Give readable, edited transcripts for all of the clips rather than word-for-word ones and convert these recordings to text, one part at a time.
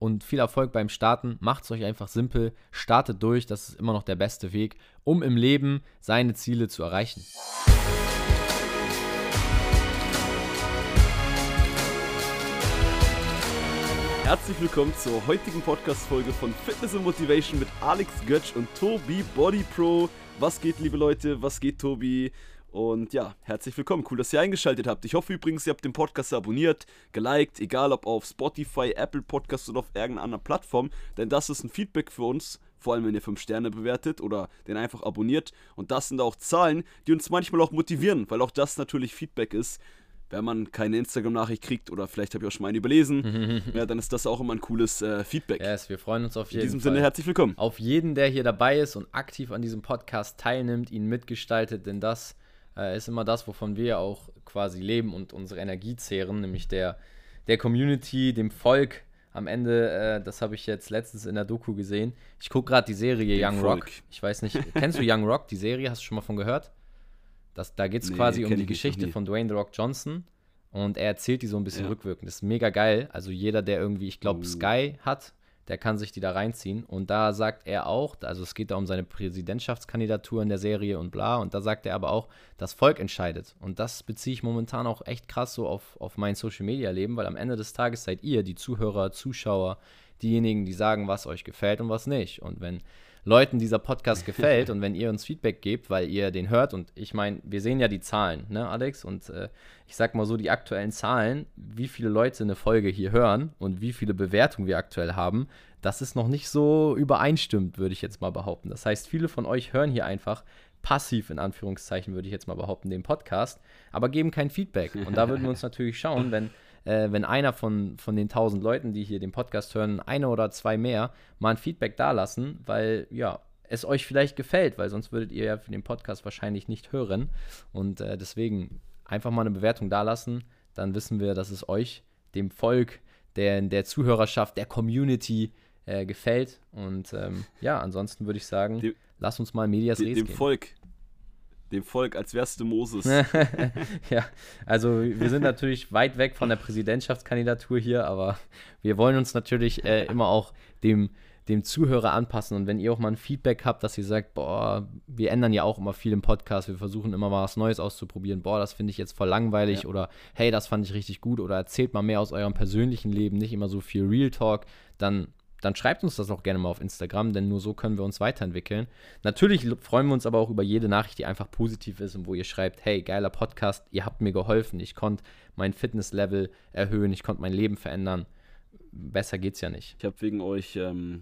und viel Erfolg beim Starten. Macht es euch einfach simpel, startet durch, das ist immer noch der beste Weg, um im Leben seine Ziele zu erreichen. Herzlich willkommen zur heutigen Podcast-Folge von Fitness und Motivation mit Alex Götsch und Tobi Body Pro. Was geht, liebe Leute? Was geht, Tobi? Und ja, herzlich willkommen. Cool, dass ihr eingeschaltet habt. Ich hoffe übrigens, ihr habt den Podcast abonniert, geliked, egal ob auf Spotify, Apple Podcasts oder auf irgendeiner anderen Plattform. Denn das ist ein Feedback für uns, vor allem wenn ihr 5 Sterne bewertet oder den einfach abonniert. Und das sind auch Zahlen, die uns manchmal auch motivieren, weil auch das natürlich Feedback ist. Wenn man keine Instagram-Nachricht kriegt oder vielleicht habe ich auch schon mal eine überlesen, ja, dann ist das auch immer ein cooles Feedback. Yes, wir freuen uns auf jeden Fall. In diesem Sinne, herzlich willkommen. Auf jeden, der hier dabei ist und aktiv an diesem Podcast teilnimmt, ihn mitgestaltet, denn das ist immer das, wovon wir auch quasi leben und unsere Energie zehren, nämlich der Community, dem Volk. Am Ende, das habe ich jetzt letztens in der Doku gesehen. Ich gucke gerade die Serie Young Rock. Ich weiß nicht, kennst du Young Rock, die Serie? Hast du schon mal von gehört? Da geht es quasi um die Geschichte von Dwayne The Rock Johnson und er erzählt die so ein bisschen rückwirkend. Das ist mega geil. Also jeder, der irgendwie, ich glaube, Sky hat, der kann sich die da reinziehen. Und da sagt er auch, also es geht da um seine Präsidentschaftskandidatur in der Serie und bla. Und da sagt er aber auch, das Volk entscheidet. Und das beziehe ich momentan auch echt krass so auf mein Social-Media-Leben, weil am Ende des Tages seid ihr, die Zuhörer, Zuschauer, diejenigen, die sagen, was euch gefällt und was nicht. Und wenn Leuten dieser Podcast gefällt und wenn ihr uns Feedback gebt, weil ihr den hört und ich meine, wir sehen ja die Zahlen, ne Alex, und ich sag mal so, die aktuellen Zahlen, wie viele Leute eine Folge hier hören und wie viele Bewertungen wir aktuell haben, das ist noch nicht so übereinstimmt, würde ich jetzt mal behaupten. Das heißt, viele von euch hören hier einfach passiv, in Anführungszeichen, würde ich jetzt mal behaupten, den Podcast, aber geben kein Feedback. Und da würden wir uns natürlich schauen, wenn einer von den 1000 Leuten, die hier den Podcast hören, eine oder zwei mehr, mal ein Feedback dalassen, weil, ja, es euch vielleicht gefällt, weil sonst würdet ihr ja für den Podcast wahrscheinlich nicht hören. Und deswegen einfach mal eine Bewertung dalassen, dann wissen wir, dass es euch, dem Volk, der Zuhörerschaft, der Community gefällt. Und ja, ansonsten würde ich sagen, lass uns mal Medias Res gehen. Dem Volk, als wärst du Moses. Ja, also wir sind natürlich weit weg von der Präsidentschaftskandidatur hier, aber wir wollen uns natürlich immer auch dem Zuhörer anpassen. Und wenn ihr auch mal ein Feedback habt, dass ihr sagt, boah, wir ändern ja auch immer viel im Podcast, wir versuchen immer mal was Neues auszuprobieren, boah, das finde ich jetzt voll langweilig oder hey, das fand ich richtig gut oder erzählt mal mehr aus eurem persönlichen Leben, nicht immer so viel Real Talk, dann schreibt uns das auch gerne mal auf Instagram, denn nur so können wir uns weiterentwickeln. Natürlich freuen wir uns aber auch über jede Nachricht, die einfach positiv ist und wo ihr schreibt, hey, geiler Podcast, ihr habt mir geholfen, ich konnte mein Fitnesslevel erhöhen, ich konnte mein Leben verändern. Besser geht's ja nicht. Ich habe wegen euch,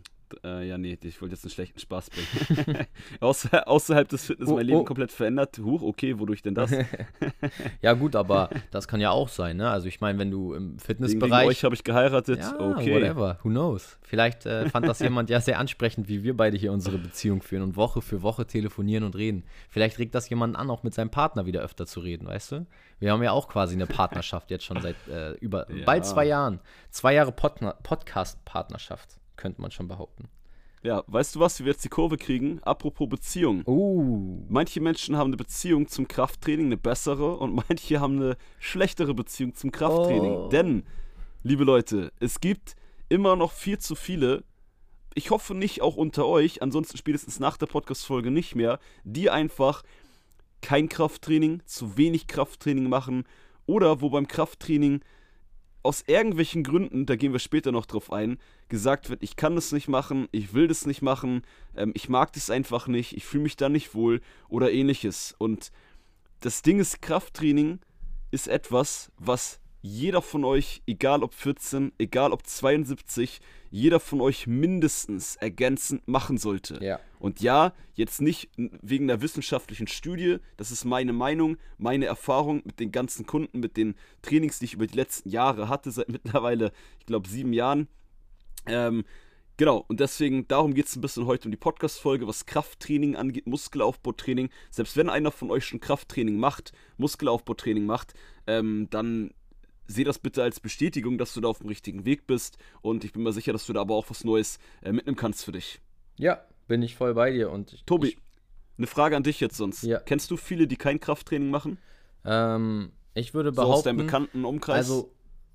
ich wollte jetzt einen schlechten Spaß bringen. Außerhalb des Fitness mein Leben komplett verändert. Okay, wodurch denn das? Ja gut, aber das kann ja auch sein, ne? Also ich meine, wenn du im Fitnessbereich... Wegen euch habe ich geheiratet, ja, okay. Whatever, who knows. Vielleicht fand das jemand ja sehr ansprechend, wie wir beide hier unsere Beziehung führen und Woche für Woche telefonieren und reden. Vielleicht regt das jemanden an, auch mit seinem Partner wieder öfter zu reden, weißt du? Wir haben ja auch quasi eine Partnerschaft jetzt schon seit bald 2 Jahren. 2 Jahre Podcast-Partnerschaft. Könnte man schon behaupten. Ja, weißt du was, wie wir jetzt die Kurve kriegen? Apropos Beziehung. Manche Menschen haben eine Beziehung zum Krafttraining, eine bessere, und manche haben eine schlechtere Beziehung zum Krafttraining. Denn, liebe Leute, es gibt immer noch viel zu viele, ich hoffe nicht auch unter euch, ansonsten spätestens nach der Podcast-Folge nicht mehr, die einfach kein Krafttraining, zu wenig Krafttraining machen oder wo beim Krafttraining aus irgendwelchen Gründen, da gehen wir später noch drauf ein, gesagt wird, ich kann das nicht machen, ich will das nicht machen, ich mag das einfach nicht, ich fühle mich da nicht wohl oder ähnliches. Und das Ding ist, Krafttraining ist etwas, was jeder von euch, egal ob 14, egal ob 72, jeder von euch mindestens ergänzend machen sollte. Ja. Und ja, jetzt nicht wegen der wissenschaftlichen Studie, das ist meine Meinung, meine Erfahrung mit den ganzen Kunden, mit den Trainings, die ich über die letzten Jahre hatte, seit mittlerweile, ich glaube, 7 Jahren. Genau, und deswegen, darum geht es ein bisschen heute um die Podcast-Folge, was Krafttraining angeht, Muskelaufbautraining. Selbst wenn einer von euch schon Krafttraining macht, Muskelaufbautraining macht, dann sehe das bitte als Bestätigung, dass du da auf dem richtigen Weg bist, und ich bin mir sicher, dass du da aber auch was Neues mitnehmen kannst für dich. Ja, bin ich voll bei dir. Und Tobi, eine Frage an dich jetzt sonst. Ja. Kennst du viele, die kein Krafttraining machen? Ich würde behaupten... So aus deinem bekannten Umkreis? Also,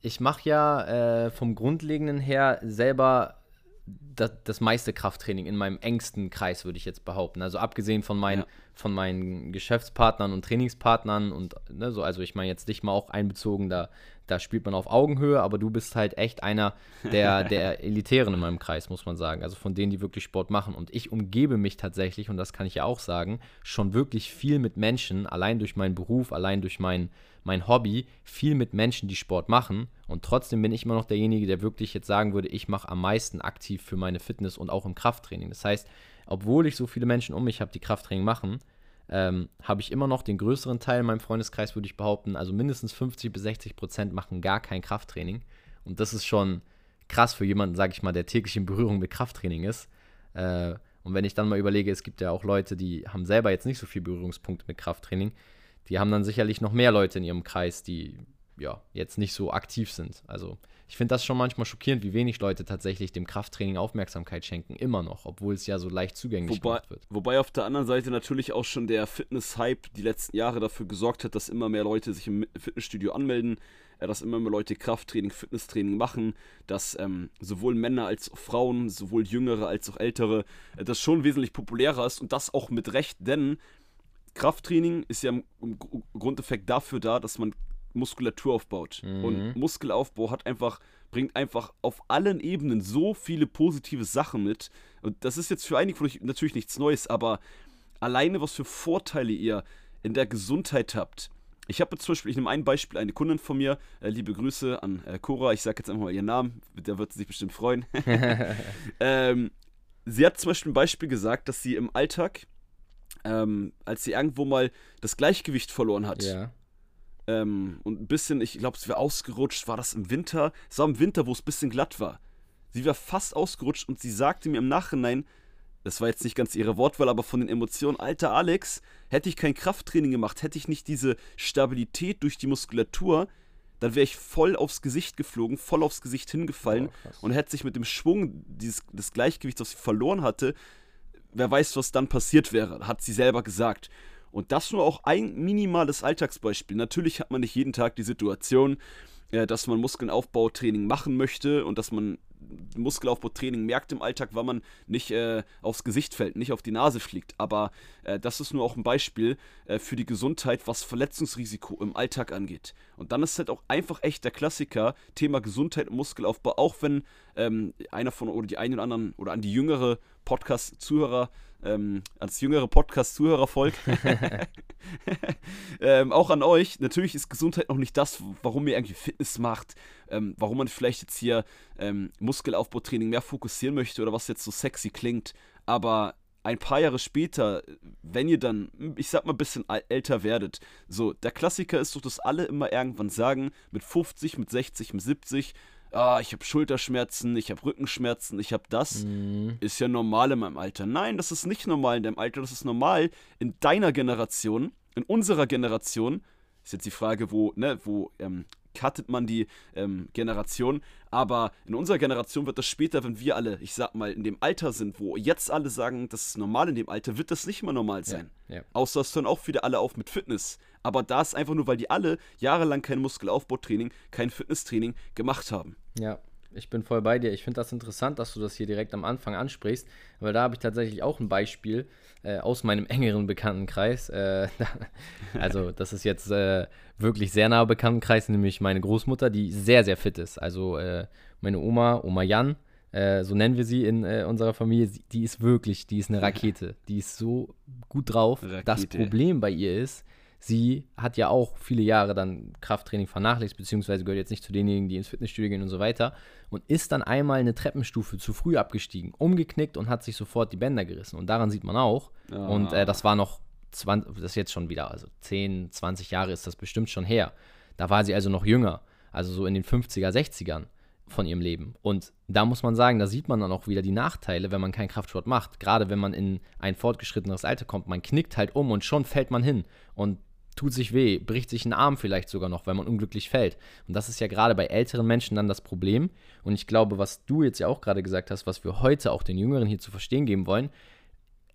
ich mache ja vom Grundlegenden her selber das meiste Krafttraining in meinem engsten Kreis, würde ich jetzt behaupten. Also abgesehen von meinen Geschäftspartnern und Trainingspartnern und ne, so, also ich meine jetzt dich mal auch einbezogen, da spielt man auf Augenhöhe, aber du bist halt echt einer der Elitären in meinem Kreis, muss man sagen. Also von denen, die wirklich Sport machen. Und ich umgebe mich tatsächlich, und das kann ich ja auch sagen, schon wirklich viel mit Menschen, allein durch meinen Beruf, allein durch mein Hobby, viel mit Menschen, die Sport machen. Und trotzdem bin ich immer noch derjenige, der wirklich jetzt sagen würde, ich mache am meisten aktiv für meine Fitness und auch im Krafttraining. Das heißt, obwohl ich so viele Menschen um mich habe, die Krafttraining machen, habe ich immer noch den größeren Teil in meinem Freundeskreis, würde ich behaupten, also mindestens 50-60% machen gar kein Krafttraining. Und das ist schon krass für jemanden, sage ich mal, der täglich in Berührung mit Krafttraining ist. Und wenn ich dann mal überlege, es gibt ja auch Leute, die haben selber jetzt nicht so viele Berührungspunkte mit Krafttraining, die haben dann sicherlich noch mehr Leute in ihrem Kreis, die ja jetzt nicht so aktiv sind. Also ich finde das schon manchmal schockierend, wie wenig Leute tatsächlich dem Krafttraining Aufmerksamkeit schenken, immer noch, obwohl es ja so leicht zugänglich gemacht wird. Wobei auf der anderen Seite natürlich auch schon der Fitness-Hype die letzten Jahre dafür gesorgt hat, dass immer mehr Leute sich im Fitnessstudio anmelden, dass immer mehr Leute Krafttraining, Fitnesstraining machen, dass sowohl Männer als auch Frauen, sowohl Jüngere als auch Ältere, das schon wesentlich populärer ist und das auch mit Recht, denn Krafttraining ist ja im Grundeffekt dafür da, dass man Muskulatur aufbaut. Und Muskelaufbau bringt einfach auf allen Ebenen so viele positive Sachen mit. Und das ist jetzt für einige von euch natürlich nichts Neues, aber alleine was für Vorteile ihr in der Gesundheit habt. Ich nehme ein Beispiel, eine Kundin von mir, liebe Grüße an Cora, ich sage jetzt einfach mal ihren Namen, der wird sich bestimmt freuen. Sie hat zum Beispiel ein Beispiel gesagt, dass sie im Alltag, als sie irgendwo mal das Gleichgewicht verloren hat, und ein bisschen, ich glaube, es wäre ausgerutscht, war das im Winter? Es war im Winter, wo es ein bisschen glatt war. Sie war fast ausgerutscht und sie sagte mir im Nachhinein, das war jetzt nicht ganz ihre Wortwahl, aber von den Emotionen, alter Alex, hätte ich kein Krafttraining gemacht, hätte ich nicht diese Stabilität durch die Muskulatur, dann wäre ich voll aufs Gesicht geflogen, voll aufs Gesicht hingefallen und hätte sich mit dem Schwung des Gleichgewichts, das sie verloren hatte, wer weiß, was dann passiert wäre, hat sie selber gesagt. Und das nur auch ein minimales Alltagsbeispiel. Natürlich hat man nicht jeden Tag die Situation, dass man Muskelaufbautraining machen möchte und dass man Muskelaufbautraining merkt im Alltag, weil man nicht aufs Gesicht fällt, nicht auf die Nase fliegt. Aber das ist nur auch ein Beispiel für die Gesundheit, was Verletzungsrisiko im Alltag angeht. Und dann ist halt auch einfach echt der Klassiker, Thema Gesundheit und Muskelaufbau, auch wenn einer von oder die einen oder anderen oder an die jüngere Podcast-Zuhörer als jüngere Podcast-Zuhörervolk, auch an euch, natürlich ist Gesundheit noch nicht das, warum ihr irgendwie Fitness macht, warum man vielleicht jetzt hier Muskelaufbautraining mehr fokussieren möchte oder was jetzt so sexy klingt, aber ein paar Jahre später, wenn ihr dann, ich sag mal, ein bisschen älter werdet, so, der Klassiker ist doch, dass alle immer irgendwann sagen, mit 50, mit 60, mit 70, ich habe Schulterschmerzen, ich habe Rückenschmerzen, ich habe das. Ist ja normal in meinem Alter. Nein, das ist nicht normal in deinem Alter, das ist normal in deiner Generation, in unserer Generation. Ist jetzt die Frage, wo cuttet man die Generation, aber in unserer Generation wird das später, wenn wir alle, ich sag mal, in dem Alter sind, wo jetzt alle sagen, das ist normal in dem Alter, wird das nicht mehr normal sein. Ja. Außer es hören auch wieder alle auf mit Fitness. Aber da ist einfach nur, weil die alle jahrelang kein Muskelaufbautraining, kein Fitnesstraining gemacht haben. Ja, ich bin voll bei dir. Ich finde das interessant, dass du das hier direkt am Anfang ansprichst, weil da habe ich tatsächlich auch ein Beispiel aus meinem engeren Bekanntenkreis. Also das ist jetzt wirklich sehr naher Bekanntenkreis, nämlich meine Großmutter, die sehr, sehr fit ist. Also meine Oma Jan, so nennen wir sie in unserer Familie, die ist eine Rakete. Die ist so gut drauf. Rakete. Das Problem bei ihr ist, sie hat ja auch viele Jahre dann Krafttraining vernachlässigt, beziehungsweise gehört jetzt nicht zu denjenigen, die ins Fitnessstudio gehen und so weiter und ist dann einmal eine Treppenstufe zu früh abgestiegen, umgeknickt und hat sich sofort die Bänder gerissen. Und daran sieht man auch, und das war noch, das ist jetzt schon wieder, also 10, 20 Jahre ist das bestimmt schon her. Da war sie also noch jünger, also so in den 50er, 60ern von ihrem Leben. Und da muss man sagen, da sieht man dann auch wieder die Nachteile, wenn man keinen Kraftsport macht. Gerade wenn man in ein fortgeschritteneres Alter kommt, man knickt halt um und schon fällt man hin und tut sich weh, bricht sich einen Arm vielleicht sogar noch, weil man unglücklich fällt. Und das ist ja gerade bei älteren Menschen dann das Problem. Und ich glaube, was du jetzt ja auch gerade gesagt hast, was wir heute auch den Jüngeren hier zu verstehen geben wollen,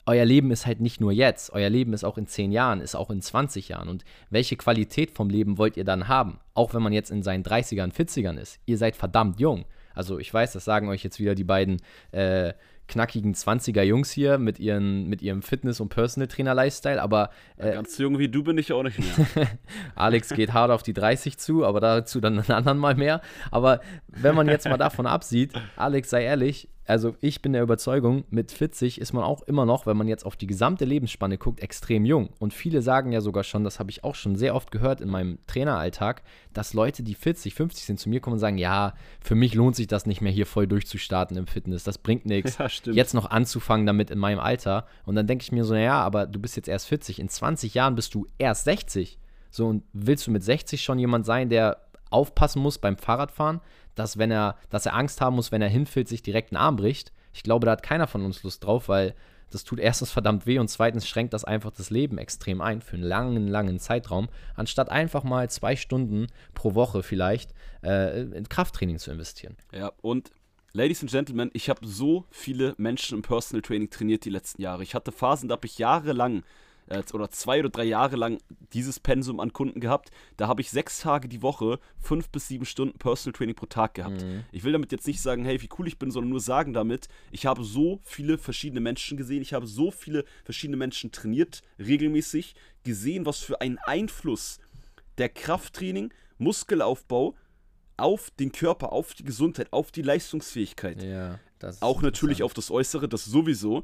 euer Leben ist halt nicht nur jetzt, euer Leben ist auch in 10 Jahren, ist auch in 20 Jahren. Und welche Qualität vom Leben wollt ihr dann haben? Auch wenn man jetzt in seinen 30ern, 40ern ist. Ihr seid verdammt jung. Also ich weiß, das sagen euch jetzt wieder die beiden knackigen 20er-Jungs hier mit ihrem Fitness- und Personal-Trainer-Lifestyle, aber ganz so jung wie du bin ich auch nicht mehr. Alex geht hart auf die 30 zu, aber dazu dann einen anderen Mal mehr. Aber wenn man jetzt mal davon absieht, Alex, sei ehrlich, also ich bin der Überzeugung, mit 40 ist man auch immer noch, wenn man jetzt auf die gesamte Lebensspanne guckt, extrem jung. Und viele sagen ja sogar schon, das habe ich auch schon sehr oft gehört in meinem Traineralltag, dass Leute, die 40, 50 sind, zu mir kommen und sagen, ja, für mich lohnt sich das nicht mehr, hier voll durchzustarten im Fitness, das bringt nichts. Ja, jetzt noch anzufangen damit in meinem Alter. Und dann denke ich mir so, naja, aber du bist jetzt erst 40, in 20 Jahren bist du erst 60. So, und willst du mit 60 schon jemand sein, der aufpassen muss beim Fahrradfahren, dass er Angst haben muss, wenn er hinfällt, sich direkt einen Arm bricht? Ich glaube, da hat keiner von uns Lust drauf, weil das tut erstens verdammt weh und zweitens schränkt das einfach das Leben extrem ein für einen langen, langen Zeitraum, anstatt einfach mal 2 Stunden pro Woche vielleicht in Krafttraining zu investieren. Ja, und Ladies and Gentlemen, ich habe so viele Menschen im Personal Training trainiert die letzten Jahre. Ich hatte Phasen, da habe ich jahrelang oder 2 oder 3 Jahre lang dieses Pensum an Kunden gehabt. Da habe ich 6 Tage die Woche 5 bis 7 Stunden Personal Training pro Tag gehabt. Ich will damit jetzt nicht sagen, hey, wie cool ich bin, sondern nur sagen damit, ich habe so viele verschiedene Menschen gesehen, ich habe so viele verschiedene Menschen trainiert, regelmäßig, gesehen, was für einen Einfluss der Krafttraining, Muskelaufbau auf den Körper, auf die Gesundheit, auf die Leistungsfähigkeit, auch natürlich auf das Äußere, das sowieso,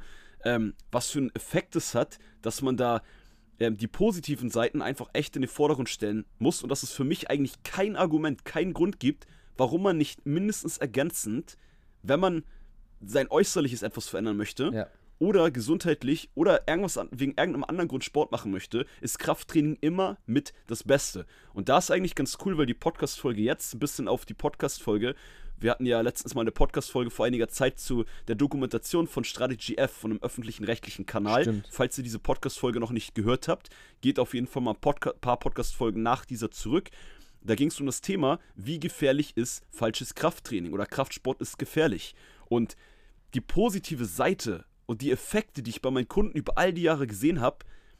was für einen Effekt es hat, dass man da die positiven Seiten einfach echt in den Vordergrund stellen muss und dass es für mich eigentlich kein Argument, keinen Grund gibt, warum man nicht mindestens ergänzend, wenn man sein Äußerliches etwas verändern möchte oder gesundheitlich oder wegen irgendeinem anderen Grund Sport machen möchte, ist Krafttraining immer mit das Beste. Und da ist eigentlich ganz cool, weil die Podcast-Folge jetzt ein bisschen auf die Podcast-Folge, wir hatten ja letztens mal eine Podcast-Folge vor einiger Zeit zu der Dokumentation von Strategy F von einem öffentlichen rechtlichen Kanal. Stimmt. Falls ihr diese Podcast-Folge noch nicht gehört habt, geht auf jeden Fall mal ein paar Podcast-Folgen nach dieser zurück. Da ging es um das Thema, wie gefährlich ist falsches Krafttraining oder Kraftsport ist gefährlich. Und die positive Seite und die Effekte, die ich bei meinen Kunden über all die Jahre gesehen habe,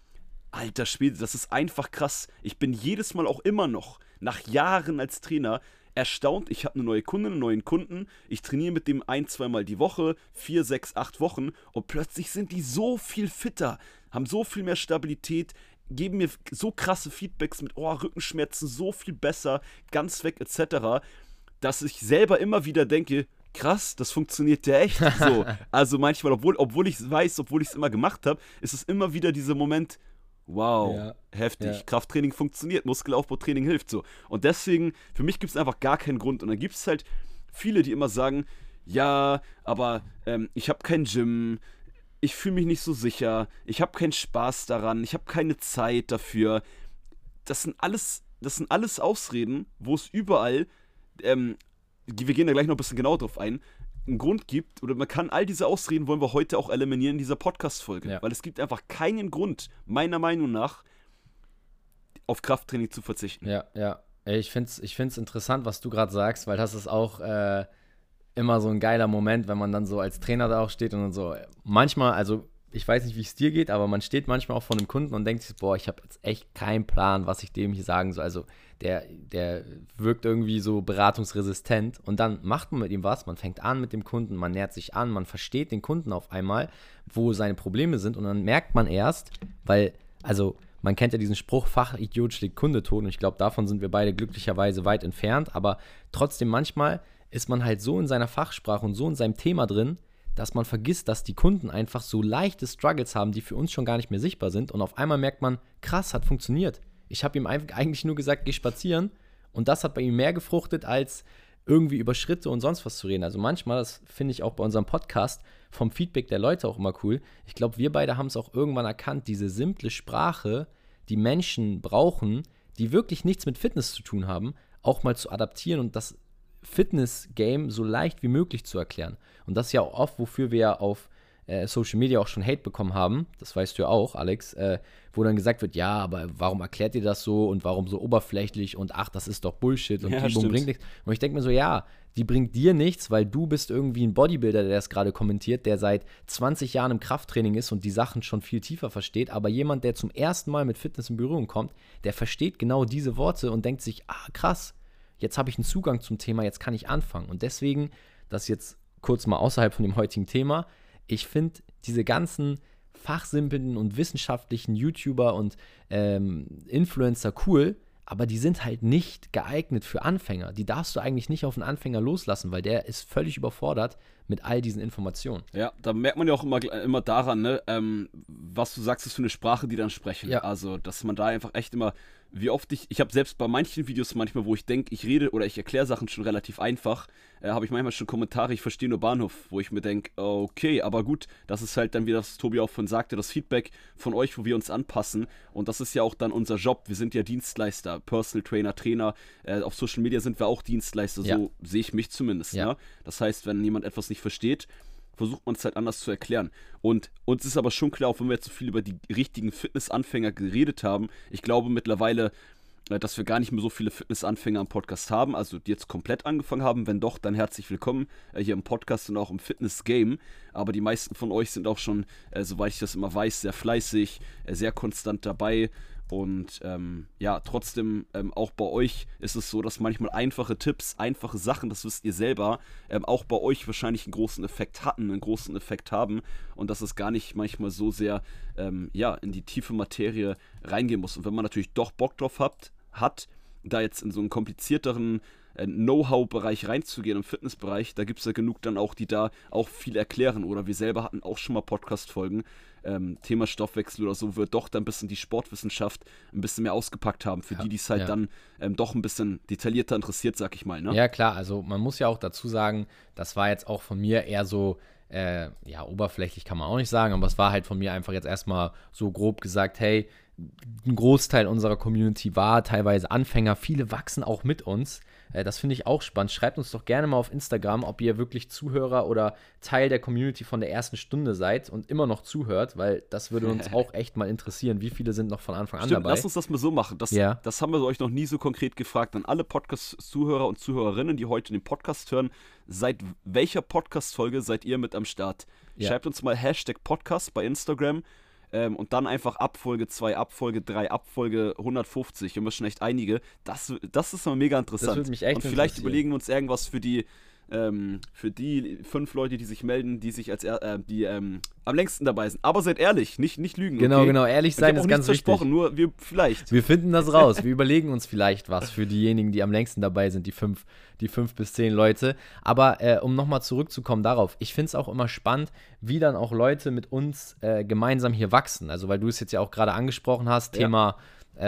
alter Schwede, das ist einfach krass. Ich bin jedes Mal auch immer noch, nach Jahren als Trainer, erstaunt. Ich habe eine neue Kundin, einen neuen Kunden. Ich trainiere mit dem 1-2 Mal die Woche, 4, 6, 8 Wochen und plötzlich sind die so viel fitter, haben so viel mehr Stabilität, geben mir so krasse Feedbacks mit, Rückenschmerzen so viel besser, ganz weg etc., dass ich selber immer wieder denke, krass, das funktioniert ja echt so. Also manchmal, obwohl ich es weiß, obwohl ich es immer gemacht habe, ist es immer wieder dieser Moment, wow, heftig, Krafttraining funktioniert, Muskelaufbautraining hilft so. Und deswegen, für mich gibt es einfach gar keinen Grund. Und dann gibt es halt viele, die immer sagen, ja, aber ich habe kein Gym, ich fühle mich nicht so sicher, ich habe keinen Spaß daran, ich habe keine Zeit dafür. Das sind alles Ausreden, wo es überall, wir gehen da gleich noch ein bisschen genauer drauf ein, einen Grund gibt, oder man kann all diese Ausreden, wollen wir heute auch eliminieren in dieser Podcast-Folge. Weil es gibt einfach keinen Grund, meiner Meinung nach, auf Krafttraining zu verzichten. Ja. Ich find's interessant, was du gerade sagst, weil das ist auch immer so ein geiler Moment, wenn man dann so als Trainer da auch steht und dann so, manchmal, also ich weiß nicht, wie es dir geht, aber man steht manchmal auch vor einem Kunden und denkt sich, boah, ich habe jetzt echt keinen Plan, was ich dem hier sagen soll. Also der wirkt irgendwie so beratungsresistent und dann macht man mit ihm was, man fängt an mit dem Kunden, man nähert sich an, man versteht den Kunden auf einmal, wo seine Probleme sind und dann merkt man erst, weil, also man kennt ja diesen Spruch, Fachidiot schlägt Kunde tot und ich glaube, davon sind wir beide glücklicherweise weit entfernt, aber trotzdem manchmal ist man halt so in seiner Fachsprache und so in seinem Thema drin, dass man vergisst, dass die Kunden einfach so leichte Struggles haben, die für uns schon gar nicht mehr sichtbar sind und auf einmal merkt man, krass, hat funktioniert. Ich habe ihm eigentlich nur gesagt, geh spazieren und das hat bei ihm mehr gefruchtet, als irgendwie über Schritte und sonst was zu reden. Also manchmal, das finde ich auch bei unserem Podcast, vom Feedback der Leute auch immer cool. Ich glaube, wir beide haben es auch irgendwann erkannt, diese simple Sprache, die Menschen brauchen, die wirklich nichts mit Fitness zu tun haben, auch mal zu adaptieren und das Fitness-Game so leicht wie möglich zu erklären. Und das ist ja auch oft, wofür wir ja auf Social Media auch schon Hate bekommen haben, das weißt du ja auch, Alex, wo dann gesagt wird, ja, aber warum erklärt ihr das so und warum so oberflächlich und ach, das ist doch Bullshit und die Übung bringt nichts. Und ich denke mir so, ja, die bringt dir nichts, weil du bist irgendwie ein Bodybuilder, der das gerade kommentiert, der seit 20 Jahren im Krafttraining ist und die Sachen schon viel tiefer versteht, aber jemand, der zum ersten Mal mit Fitness in Berührung kommt, der versteht genau diese Worte und denkt sich, ah, krass, jetzt habe ich einen Zugang zum Thema, jetzt kann ich anfangen. Und deswegen, das jetzt kurz mal außerhalb von dem heutigen Thema, ich finde diese ganzen fachsimpelnden und wissenschaftlichen YouTuber und Influencer cool, aber die sind halt nicht geeignet für Anfänger. Die darfst du eigentlich nicht auf einen Anfänger loslassen, weil der ist völlig überfordert mit all diesen Informationen. Ja, da merkt man ja auch immer daran, ne, was du sagst, ist für eine Sprache, die dann sprechen. Ja. Also, dass man da einfach echt immer, wie oft ich habe selbst bei manchen Videos manchmal, wo ich denke, ich rede oder ich erkläre Sachen schon relativ einfach, habe ich manchmal schon Kommentare, ich verstehe nur Bahnhof, wo ich mir denke, okay, aber gut, das ist halt dann, wie das Tobi auch von sagte, das Feedback von euch, wo wir uns anpassen und das ist ja auch dann unser Job, wir sind ja Dienstleister, Personal Trainer, auf Social Media sind wir auch Dienstleister, so sehe ich mich zumindest. Ja. Ne? Das heißt, wenn jemand etwas nicht versteht, versucht man es halt anders zu erklären. Und uns ist aber schon klar, auch wenn wir jetzt so viel über die richtigen Fitnessanfänger geredet haben, ich glaube mittlerweile, dass wir gar nicht mehr so viele Fitnessanfänger im Podcast haben, also die jetzt komplett angefangen haben. Wenn doch, dann herzlich willkommen hier im Podcast und auch im Fitness-Game. Aber die meisten von euch sind auch schon, soweit ich das immer weiß, sehr fleißig, sehr konstant dabei. Und trotzdem auch bei euch ist es so, dass manchmal einfache Tipps, einfache Sachen, das wisst ihr selber, auch bei euch wahrscheinlich einen großen Effekt hatten, einen großen Effekt haben und dass es gar nicht manchmal so sehr in die tiefe Materie reingehen muss. Und wenn man natürlich doch Bock drauf hat, da jetzt in so einen komplizierteren Know-how-Bereich reinzugehen, im Fitnessbereich, da gibt es ja genug dann auch, die da auch viel erklären. Oder wir selber hatten auch schon mal Podcast-Folgen, Thema Stoffwechsel oder so, wird doch dann ein bisschen die Sportwissenschaft ein bisschen mehr ausgepackt haben, für die es halt dann doch ein bisschen detaillierter interessiert, sag ich mal. Ne? Ja, klar, also man muss ja auch dazu sagen, das war jetzt auch von mir eher so, oberflächlich kann man auch nicht sagen, aber es war halt von mir einfach jetzt erstmal so grob gesagt, hey, ein Großteil unserer Community war teilweise Anfänger, viele wachsen auch mit uns. Das finde ich auch spannend. Schreibt uns doch gerne mal auf Instagram, ob ihr wirklich Zuhörer oder Teil der Community von der ersten Stunde seid und immer noch zuhört, weil das würde uns auch echt mal interessieren, wie viele sind noch von Anfang an dabei. Lass uns das mal so machen. Das haben wir euch noch nie so konkret gefragt. An alle Podcast-Zuhörer und Zuhörerinnen, die heute den Podcast hören, seit welcher Podcast-Folge seid ihr mit am Start? Schreibt uns mal #Podcast bei Instagram. Und dann einfach ab Folge 2, ab Folge 3, ab Folge 150. Wir haben schon echt einige. Das ist mal mega interessant. Das würde mich echt und vielleicht überlegen wir uns irgendwas für die 5 Leute, die sich melden, die sich am längsten dabei sind. Aber seid ehrlich, nicht lügen. Genau, okay? genau. Ehrlich sein ist ganz wichtig. Nur vielleicht. Wir finden das raus. Wir überlegen uns vielleicht was für diejenigen, die am längsten dabei sind, die 5 bis 10 Leute. Aber um nochmal zurückzukommen darauf, ich finde es auch immer spannend, wie dann auch Leute mit uns gemeinsam hier wachsen. Also weil du es jetzt ja auch gerade angesprochen hast, Thema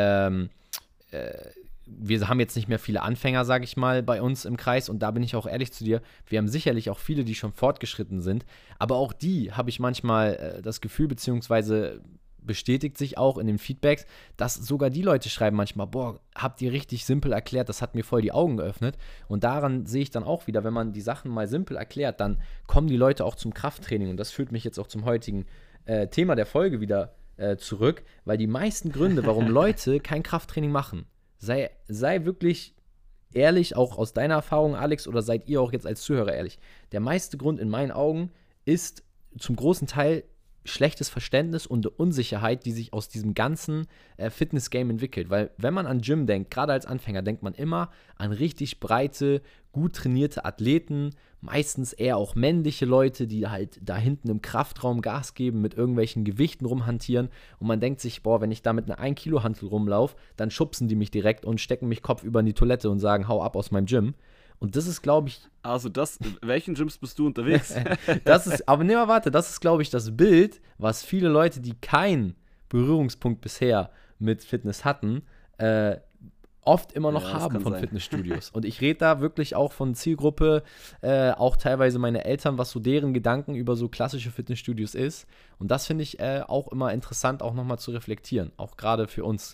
wir haben jetzt nicht mehr viele Anfänger, sage ich mal, bei uns im Kreis und da bin ich auch ehrlich zu dir, wir haben sicherlich auch viele, die schon fortgeschritten sind, aber auch die habe ich manchmal das Gefühl, beziehungsweise bestätigt sich auch in den Feedbacks, dass sogar die Leute schreiben manchmal, boah, habt ihr richtig simpel erklärt, das hat mir voll die Augen geöffnet und daran sehe ich dann auch wieder, wenn man die Sachen mal simpel erklärt, dann kommen die Leute auch zum Krafttraining und das führt mich jetzt auch zum heutigen Thema der Folge wieder zurück, weil die meisten Gründe, warum Leute kein Krafttraining machen, sei wirklich ehrlich, auch aus deiner Erfahrung, Alex, oder seid ihr auch jetzt als Zuhörer ehrlich? Der meiste Grund in meinen Augen ist zum großen Teil schlechtes Verständnis und eine Unsicherheit, die sich aus diesem ganzen Fitness-Game entwickelt. Weil wenn man an Gym denkt, gerade als Anfänger, denkt man immer an richtig breite, gut trainierte Athleten, meistens eher auch männliche Leute, die halt da hinten im Kraftraum Gas geben, mit irgendwelchen Gewichten rumhantieren und man denkt sich, boah, wenn ich da mit einer 1-Kilo-Hantel rumlaufe, dann schubsen die mich direkt und stecken mich kopfüber in die Toilette und sagen, hau ab aus meinem Gym. Und das ist, glaube ich... Also welchen Gyms bist du unterwegs? Das ist, glaube ich, das Bild, was viele Leute, die keinen Berührungspunkt bisher mit Fitness hatten, oft immer noch haben von Fitnessstudios. Und ich rede da wirklich auch von Zielgruppe, auch teilweise meine Eltern, was so deren Gedanken über so klassische Fitnessstudios ist. Und das finde ich auch immer interessant, auch nochmal zu reflektieren, auch gerade für uns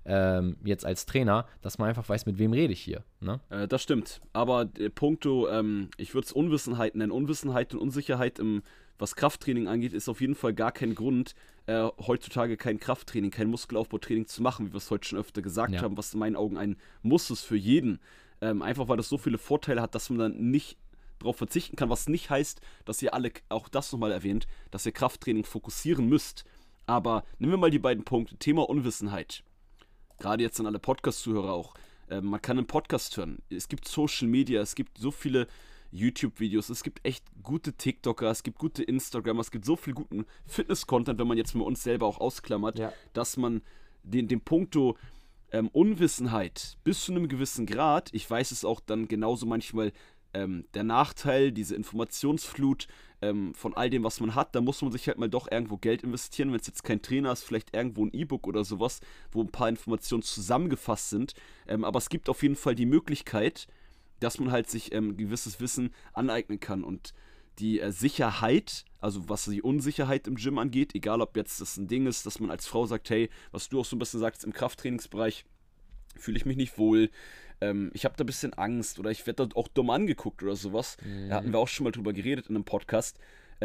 jetzt als Trainer, dass man einfach weiß, mit wem rede ich hier. Ne? Das stimmt. Aber puncto, ich würde es Unwissenheit nennen. Unwissenheit und Unsicherheit, was Krafttraining angeht, ist auf jeden Fall gar kein Grund, heutzutage kein Krafttraining, kein Muskelaufbautraining zu machen, wie wir es heute schon öfter gesagt haben, was in meinen Augen ein Muss ist für jeden. Einfach weil das so viele Vorteile hat, dass man dann nicht darauf verzichten kann, was nicht heißt, dass ihr alle, auch das nochmal erwähnt, dass ihr Krafttraining fokussieren müsst. Aber nehmen wir mal die beiden Punkte. Thema Unwissenheit. Gerade jetzt an alle Podcast-Zuhörer auch. Man kann einen Podcast hören. Es gibt Social Media, es gibt so viele YouTube-Videos, es gibt echt gute TikToker, es gibt gute Instagramer, es gibt so viel guten Fitness-Content, wenn man jetzt mal uns selber auch ausklammert, dass man den Punkto Unwissenheit bis zu einem gewissen Grad, ich weiß es auch dann genauso manchmal, der Nachteil, diese Informationsflut von all dem, was man hat, da muss man sich halt mal doch irgendwo Geld investieren, wenn es jetzt kein Trainer ist, vielleicht irgendwo ein E-Book oder sowas, wo ein paar Informationen zusammengefasst sind, aber es gibt auf jeden Fall die Möglichkeit, dass man halt sich gewisses Wissen aneignen kann und die Sicherheit, also was die Unsicherheit im Gym angeht, egal ob jetzt das ein Ding ist, dass man als Frau sagt, hey, was du auch so ein bisschen sagst, im Krafttrainingsbereich fühle ich mich nicht wohl, ich habe da ein bisschen Angst oder ich werde da auch dumm angeguckt oder sowas. Da hatten wir auch schon mal drüber geredet in einem Podcast.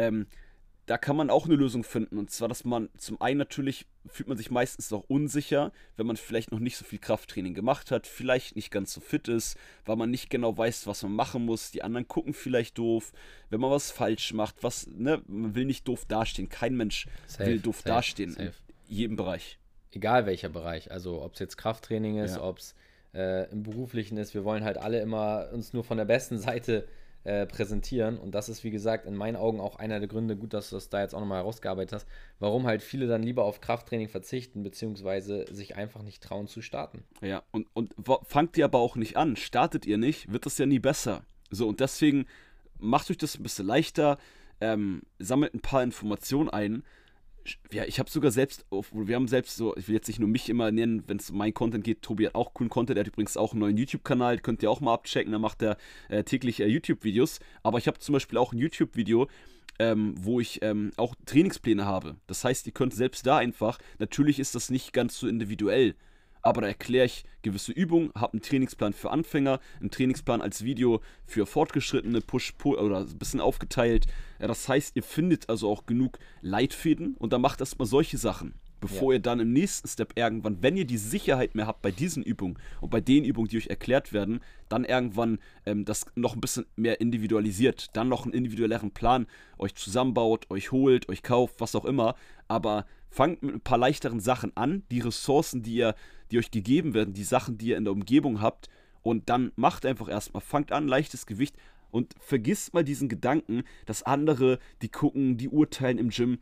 Da kann man auch eine Lösung finden. Und zwar, dass man zum einen natürlich fühlt man sich meistens noch unsicher, wenn man vielleicht noch nicht so viel Krafttraining gemacht hat, vielleicht nicht ganz so fit ist, weil man nicht genau weiß, was man machen muss. Die anderen gucken vielleicht doof, wenn man was falsch macht. Man will nicht doof dastehen. Kein Mensch will doof dastehen in jedem Bereich. Egal welcher Bereich. Also ob es jetzt Krafttraining ist, ob es im Beruflichen ist. Wir wollen halt alle immer uns nur von der besten Seite präsentieren und das ist, wie gesagt, in meinen Augen auch einer der Gründe, gut, dass du das da jetzt auch nochmal herausgearbeitet hast, warum halt viele dann lieber auf Krafttraining verzichten, beziehungsweise sich einfach nicht trauen zu starten. Ja, und fangt ihr aber auch nicht an, startet ihr nicht, wird das ja nie besser. So, und deswegen macht euch das ein bisschen leichter, sammelt ein paar Informationen ein. Ja, ich habe sogar wir haben selbst so, ich will jetzt nicht nur mich immer nennen, wenn es um meinen Content geht, Tobi hat auch coolen Content, er hat übrigens auch einen neuen YouTube-Kanal, könnt ihr auch mal abchecken, da macht er täglich YouTube-Videos, aber ich habe zum Beispiel auch ein YouTube-Video, wo ich auch Trainingspläne habe, das heißt, ihr könnt selbst da einfach, natürlich ist das nicht ganz so individuell, aber da erkläre ich gewisse Übungen, habe einen Trainingsplan für Anfänger, einen Trainingsplan als Video für Fortgeschrittene, Push-Pull oder ein bisschen aufgeteilt. Ja, das heißt, ihr findet also auch genug Leitfäden und dann macht erstmal solche Sachen, bevor ihr dann im nächsten Step irgendwann, wenn ihr die Sicherheit mehr habt bei diesen Übungen und bei den Übungen, die euch erklärt werden, dann irgendwann das noch ein bisschen mehr individualisiert, dann noch einen individuelleren Plan euch zusammenbaut, euch holt, euch kauft, was auch immer, aber fangt mit ein paar leichteren Sachen an, die Ressourcen, die euch gegeben werden, die Sachen, die ihr in der Umgebung habt und dann macht einfach erstmal, fangt an, leichtes Gewicht und vergisst mal diesen Gedanken, dass andere, die gucken, die urteilen im Gym.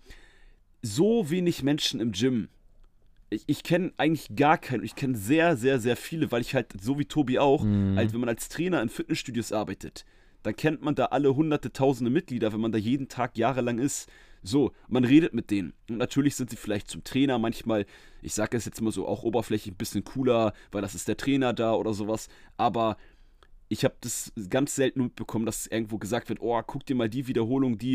So wenig Menschen im Gym. Ich kenne eigentlich gar keinen, ich kenne sehr, sehr, sehr viele, weil ich halt, so wie Tobi auch, halt, wenn man als Trainer in Fitnessstudios arbeitet, dann kennt man da alle hunderte, tausende Mitglieder, wenn man da jeden Tag jahrelang ist. So, man redet mit denen. Und natürlich sind sie vielleicht zum Trainer manchmal, ich sage es jetzt mal so, auch oberflächlich ein bisschen cooler, weil das ist der Trainer da oder sowas. Aber ich habe das ganz selten mitbekommen, dass irgendwo gesagt wird, oh, guck dir mal die Wiederholung, die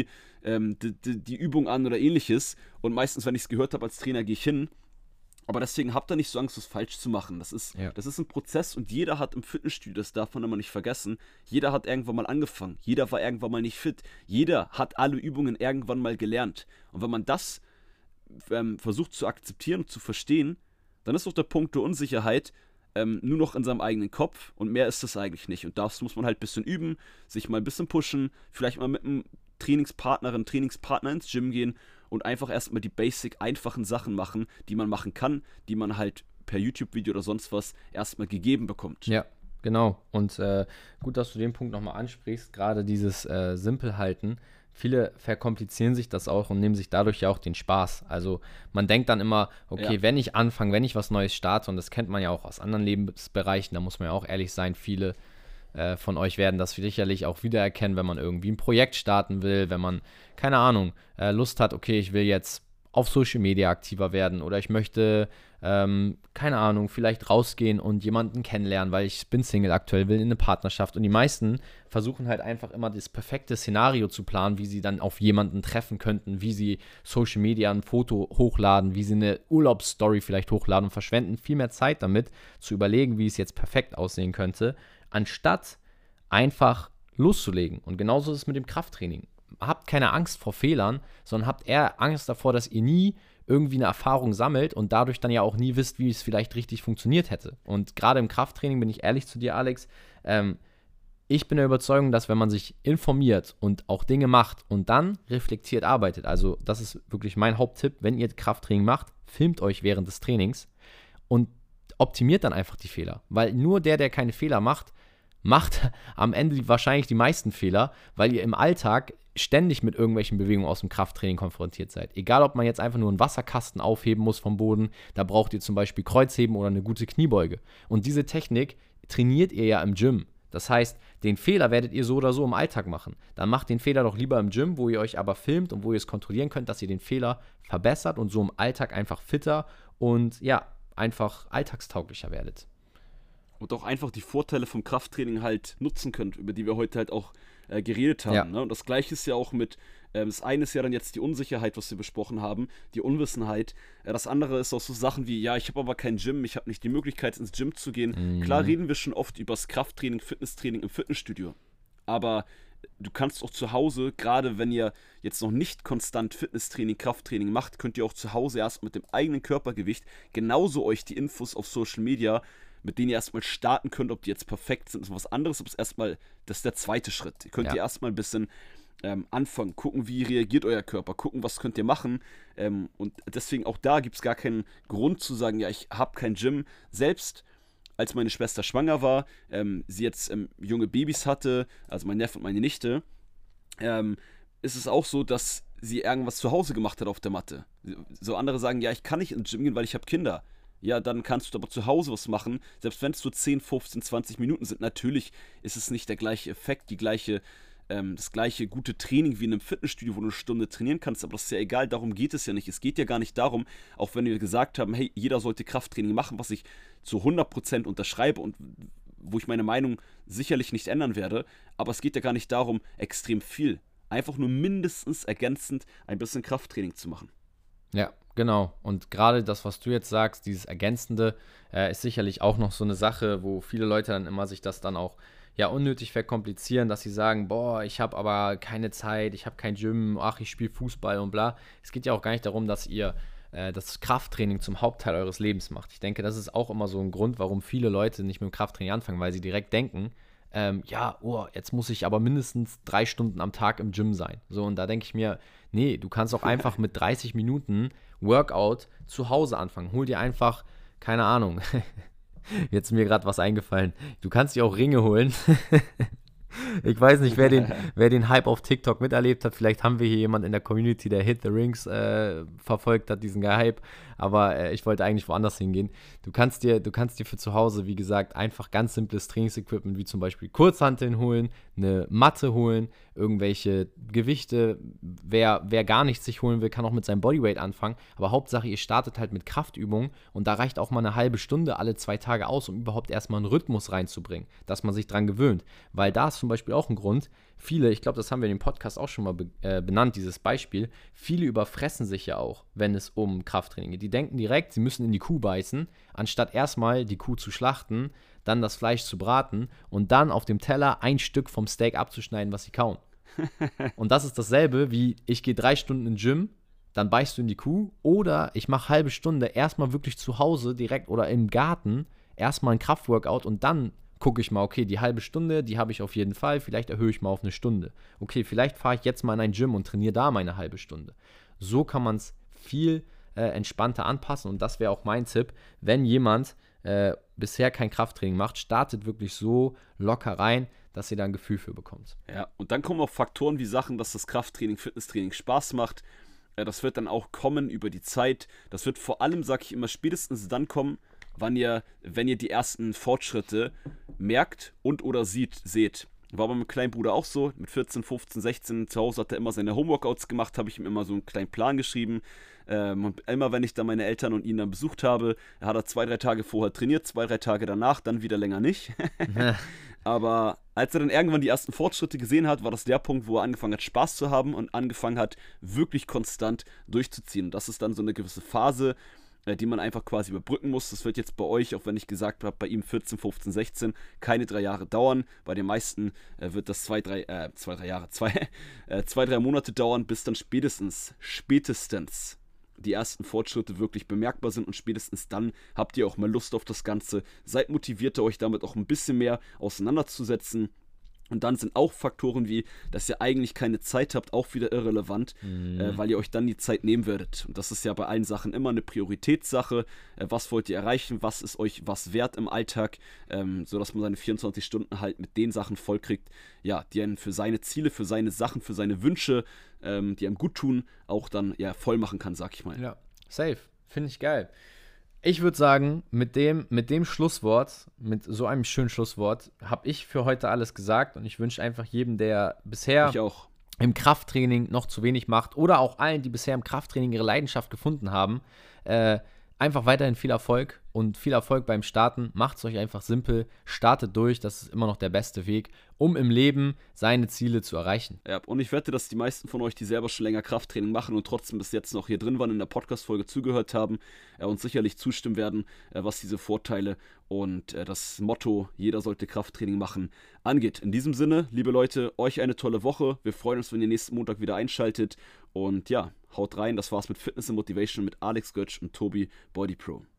Übung an oder ähnliches. Und meistens, wenn ich es gehört habe als Trainer, gehe ich hin. Aber deswegen habt ihr nicht so Angst, das falsch zu machen. Das ist ein Prozess und jeder hat im Fitnessstudio, das darf man immer nicht vergessen, jeder hat irgendwann mal angefangen, jeder war irgendwann mal nicht fit, jeder hat alle Übungen irgendwann mal gelernt. Und wenn man das versucht zu akzeptieren und zu verstehen, dann ist auch der Punkt der Unsicherheit nur noch in seinem eigenen Kopf und mehr ist das eigentlich nicht. Und das muss man halt ein bisschen üben, sich mal ein bisschen pushen, vielleicht mal mit einem Trainingspartner ins Gym gehen und einfach erstmal die basic einfachen Sachen machen, die man machen kann, die man halt per YouTube-Video oder sonst was erstmal gegeben bekommt. Ja, genau. Und gut, dass du den Punkt nochmal ansprichst, gerade dieses simpel halten. Viele verkomplizieren sich das auch und nehmen sich dadurch ja auch den Spaß. Also man denkt dann immer, okay, wenn ich anfange, wenn ich was Neues starte, und das kennt man ja auch aus anderen Lebensbereichen, da muss man ja auch ehrlich sein, viele von euch werden das sicherlich auch wiedererkennen, wenn man irgendwie ein Projekt starten will, wenn man, keine Ahnung, Lust hat, okay, ich will jetzt auf Social Media aktiver werden oder ich möchte, keine Ahnung, vielleicht rausgehen und jemanden kennenlernen, weil ich bin Single aktuell, will in eine Partnerschaft. Und die meisten versuchen halt einfach immer das perfekte Szenario zu planen, wie sie dann auf jemanden treffen könnten, wie sie Social Media ein Foto hochladen, wie sie eine Urlaubsstory vielleicht hochladen und verschwenden viel mehr Zeit damit, zu überlegen, wie es jetzt perfekt aussehen könnte, anstatt einfach loszulegen. Und genauso ist es mit dem Krafttraining. Habt keine Angst vor Fehlern, sondern habt eher Angst davor, dass ihr nie irgendwie eine Erfahrung sammelt und dadurch dann ja auch nie wisst, wie es vielleicht richtig funktioniert hätte. Und gerade im Krafttraining, bin ich ehrlich zu dir, Alex, ich bin der Überzeugung, dass wenn man sich informiert und auch Dinge macht und dann reflektiert arbeitet, also das ist wirklich mein Haupttipp, wenn ihr Krafttraining macht, filmt euch während des Trainings und optimiert dann einfach die Fehler. Weil nur der keine Fehler macht am Ende wahrscheinlich die meisten Fehler, weil ihr im Alltag ständig mit irgendwelchen Bewegungen aus dem Krafttraining konfrontiert seid. Egal, ob man jetzt einfach nur einen Wasserkasten aufheben muss vom Boden, da braucht ihr zum Beispiel Kreuzheben oder eine gute Kniebeuge. Und diese Technik trainiert ihr ja im Gym. Das heißt, den Fehler werdet ihr so oder so im Alltag machen. Dann macht den Fehler doch lieber im Gym, wo ihr euch aber filmt und wo ihr es kontrollieren könnt, dass ihr den Fehler verbessert und so im Alltag einfach fitter und ja, einfach alltagstauglicher werdet. Und auch einfach die Vorteile vom Krafttraining halt nutzen könnt, über die wir heute halt auch geredet haben. Ja. Ne? Und das Gleiche ist ja auch mit, das eine ist ja dann jetzt die Unsicherheit, was wir besprochen haben, die Unwissenheit. Das andere ist auch so Sachen wie, ja, ich habe aber kein Gym, ich habe nicht die Möglichkeit, ins Gym zu gehen. Klar reden wir schon oft über das Krafttraining, Fitnesstraining im Fitnessstudio. Aber du kannst auch zu Hause, gerade wenn ihr jetzt noch nicht konstant Fitnesstraining, Krafttraining macht, könnt ihr auch zu Hause erst mit dem eigenen Körpergewicht genauso euch die Infos auf Social Media, mit denen ihr erstmal starten könnt, ob die jetzt perfekt sind, ist was anderes, aber das ist der zweite Schritt. Ihr könnt ihr erstmal ein bisschen anfangen, gucken, wie reagiert euer Körper, gucken, was könnt ihr machen, und deswegen auch da gibt es gar keinen Grund zu sagen, ja, ich habe kein Gym. Selbst als meine Schwester schwanger war, sie jetzt junge Babys hatte, also mein Neffe und meine Nichte, ist es auch so, dass sie irgendwas zu Hause gemacht hat auf der Matte. So andere sagen, ja, ich kann nicht ins Gym gehen, weil ich habe Kinder. Ja, dann kannst du aber zu Hause was machen, selbst wenn es so 10, 15, 20 Minuten sind. Natürlich ist es nicht der gleiche Effekt, das gleiche gute Training wie in einem Fitnessstudio, wo du eine Stunde trainieren kannst, aber das ist ja egal, darum geht es ja nicht. Es geht ja gar nicht darum, auch wenn wir gesagt haben, hey, jeder sollte Krafttraining machen, was ich zu 100% unterschreibe und wo ich meine Meinung sicherlich nicht ändern werde, aber es geht ja gar nicht darum, extrem viel, einfach nur mindestens ergänzend ein bisschen Krafttraining zu machen. Ja, genau. Und gerade das, was du jetzt sagst, dieses Ergänzende, ist sicherlich auch noch so eine Sache, wo viele Leute dann immer sich das dann auch ja unnötig verkomplizieren, dass sie sagen, boah, ich habe aber keine Zeit, ich habe kein Gym, ach, ich spiele Fußball und bla. Es geht ja auch gar nicht darum, dass ihr das Krafttraining zum Hauptteil eures Lebens macht. Ich denke, das ist auch immer so ein Grund, warum viele Leute nicht mit dem Krafttraining anfangen, weil sie direkt denken, jetzt muss ich aber mindestens 3 Stunden am Tag im Gym sein. So, und da denke ich mir, nee, du kannst auch einfach mit 30 Minuten Workout zu Hause anfangen. Hol dir einfach, keine Ahnung, jetzt ist mir gerade was eingefallen. Du kannst dir auch Ringe holen. Ich weiß nicht, wer den Hype auf TikTok miterlebt hat. Vielleicht haben wir hier jemanden in der Community, der Hit the Rings verfolgt hat, diesen Hype. Aber ich wollte eigentlich woanders hingehen. Du kannst dir für zu Hause, wie gesagt, einfach ganz simples Trainingsequipment, wie zum Beispiel Kurzhanteln holen, eine Matte holen, irgendwelche Gewichte. Wer gar nichts sich holen will, kann auch mit seinem Bodyweight anfangen. Aber Hauptsache, ihr startet halt mit Kraftübungen und da reicht auch mal eine halbe Stunde alle 2 Tage aus, um überhaupt erstmal einen Rhythmus reinzubringen, dass man sich dran gewöhnt. Weil da ist zum Beispiel auch ein Grund, viele, ich glaube, das haben wir in dem Podcast auch schon mal benannt, dieses Beispiel, viele überfressen sich ja auch, wenn es um Krafttraining geht. Die denken direkt, sie müssen in die Kuh beißen, anstatt erstmal die Kuh zu schlachten, dann das Fleisch zu braten und dann auf dem Teller ein Stück vom Steak abzuschneiden, was sie kauen. Und das ist dasselbe wie, ich gehe 3 Stunden ins Gym, dann beißt du in die Kuh, oder ich mache halbe Stunde erstmal wirklich zu Hause direkt oder im Garten erstmal ein Kraftworkout und dann gucke ich mal, okay, die halbe Stunde, die habe ich auf jeden Fall, vielleicht erhöhe ich mal auf 1 Stunde. Okay, vielleicht fahre ich jetzt mal in ein Gym und trainiere da meine halbe Stunde. So kann man es viel entspannter anpassen und das wäre auch mein Tipp, wenn jemand bisher kein Krafttraining macht, startet wirklich so locker rein, dass ihr da ein Gefühl für bekommt. Ja, und dann kommen auch Faktoren wie Sachen, dass das Krafttraining, Fitnesstraining Spaß macht. Das wird dann auch kommen über die Zeit. Das wird vor allem, sage ich immer, spätestens dann kommen, wenn ihr die ersten Fortschritte merkt und oder seht. War bei meinem kleinen Bruder auch so, mit 14, 15, 16, zu Hause hat er immer seine Homeworkouts gemacht, habe ich ihm immer so einen kleinen Plan geschrieben. Und immer wenn ich dann meine Eltern und ihn dann besucht habe, hat er 2, 3 Tage vorher trainiert, 2, 3 Tage danach, dann wieder länger nicht. Aber als er dann irgendwann die ersten Fortschritte gesehen hat, war das der Punkt, wo er angefangen hat, Spaß zu haben und angefangen hat, wirklich konstant durchzuziehen. Und das ist dann so eine gewisse Phase, die man einfach quasi überbrücken muss. Das wird jetzt bei euch, auch wenn ich gesagt habe, bei ihm 14, 15, 16, keine 3 Jahre dauern. Bei den meisten wird das 2, 3 Monate dauern, bis dann spätestens die ersten Fortschritte wirklich bemerkbar sind und spätestens dann habt ihr auch mal Lust auf das Ganze. Seid motivierter, euch damit auch ein bisschen mehr auseinanderzusetzen. Und dann sind auch Faktoren wie, dass ihr eigentlich keine Zeit habt, auch wieder irrelevant, weil ihr euch dann die Zeit nehmen werdet. Und das ist ja bei allen Sachen immer eine Prioritätssache. Was wollt ihr erreichen? Was ist euch was wert im Alltag? Sodass man seine 24 Stunden halt mit den Sachen vollkriegt, ja, die einen für seine Ziele, für seine Sachen, für seine Wünsche, die einem gut tun, auch dann ja voll machen kann, sag ich mal. Ja, safe. Finde ich geil. Ich würde sagen, mit dem Schlusswort, mit so einem schönen Schlusswort, habe ich für heute alles gesagt und ich wünsche einfach jedem, der bisher im Krafttraining noch zu wenig macht oder auch allen, die bisher im Krafttraining ihre Leidenschaft gefunden haben, einfach weiterhin viel Erfolg und viel Erfolg beim Starten. Macht es euch einfach simpel, startet durch, das ist immer noch der beste Weg, um im Leben seine Ziele zu erreichen. Ja, und ich wette, dass die meisten von euch, die selber schon länger Krafttraining machen und trotzdem bis jetzt noch hier drin waren, in der Podcast-Folge zugehört haben, uns sicherlich zustimmen werden, was diese Vorteile und das Motto, jeder sollte Krafttraining machen, angeht. In diesem Sinne, liebe Leute, euch eine tolle Woche. Wir freuen uns, wenn ihr nächsten Montag wieder einschaltet und ja, haut rein. Das war's mit Fitness and Motivation mit Alex Götsch und Tobi Body Pro.